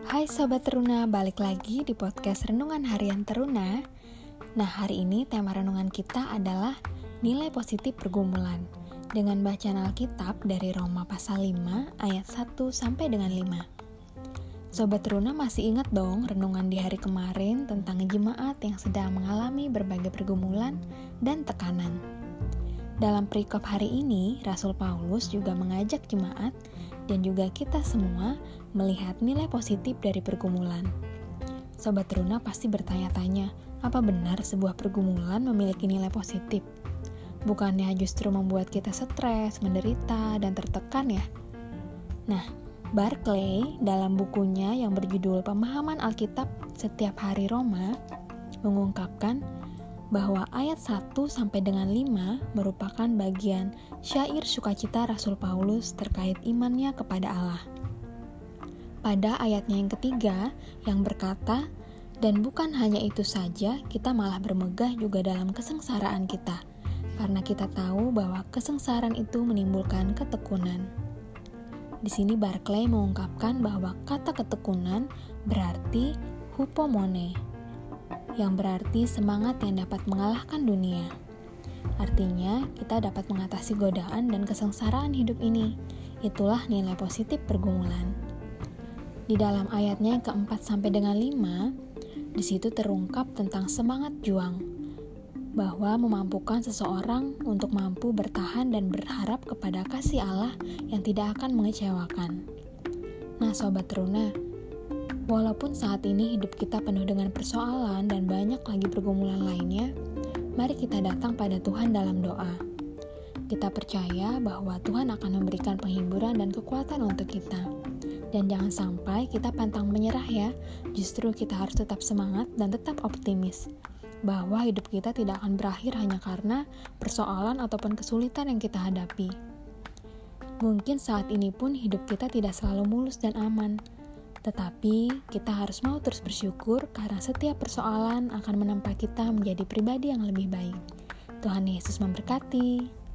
Hai Sobat Teruna, balik lagi di podcast Renungan Harian Teruna. Nah, hari ini tema renungan kita adalah nilai positif pergumulan dengan bacaan Alkitab dari Roma pasal 5 ayat 1 sampai dengan 5. Sobat Teruna masih ingat dong renungan di hari kemarin tentang jemaat yang sedang mengalami berbagai pergumulan dan tekanan. Dalam perikop hari ini, Rasul Paulus juga mengajak jemaat dan juga kita semua melihat nilai positif dari pergumulan. Sobat Teruna pasti bertanya-tanya, apa benar sebuah pergumulan memiliki nilai positif? Bukannya justru membuat kita stres, menderita, dan tertekan ya? Nah, Barclay dalam bukunya yang berjudul Pemahaman Alkitab Setiap Hari Roma mengungkapkan bahwa ayat 1 sampai dengan 5 merupakan bagian syair sukacita Rasul Paulus terkait imannya kepada Allah. Pada ayatnya yang ketiga yang berkata, dan bukan hanya itu saja, kita malah bermegah juga dalam kesengsaraan kita, karena kita tahu bahwa kesengsaraan itu menimbulkan ketekunan. Di sini Barclay mengungkapkan bahwa kata ketekunan berarti hupomone, yang berarti semangat yang dapat mengalahkan dunia. Artinya, kita dapat mengatasi godaan dan kesengsaraan hidup ini. Itulah nilai positif pergumulan. Di dalam ayatnya yang keempat sampai dengan 5, di situ terungkap tentang semangat juang, bahwa memampukan seseorang untuk mampu bertahan dan berharap kepada kasih Allah yang tidak akan mengecewakan. Nah, Sobat Teruna, walaupun saat ini hidup kita penuh dengan persoalan dan banyak lagi pergumulan lainnya, mari kita datang pada Tuhan dalam doa. Kita percaya bahwa Tuhan akan memberikan penghiburan dan kekuatan untuk kita. Dan jangan sampai kita pantang menyerah ya, justru kita harus tetap semangat dan tetap optimis bahwa hidup kita tidak akan berakhir hanya karena persoalan ataupun kesulitan yang kita hadapi. Mungkin saat ini pun hidup kita tidak selalu mulus dan aman, tetapi kita harus mau terus bersyukur karena setiap persoalan akan menempa kita menjadi pribadi yang lebih baik. Tuhan Yesus memberkati.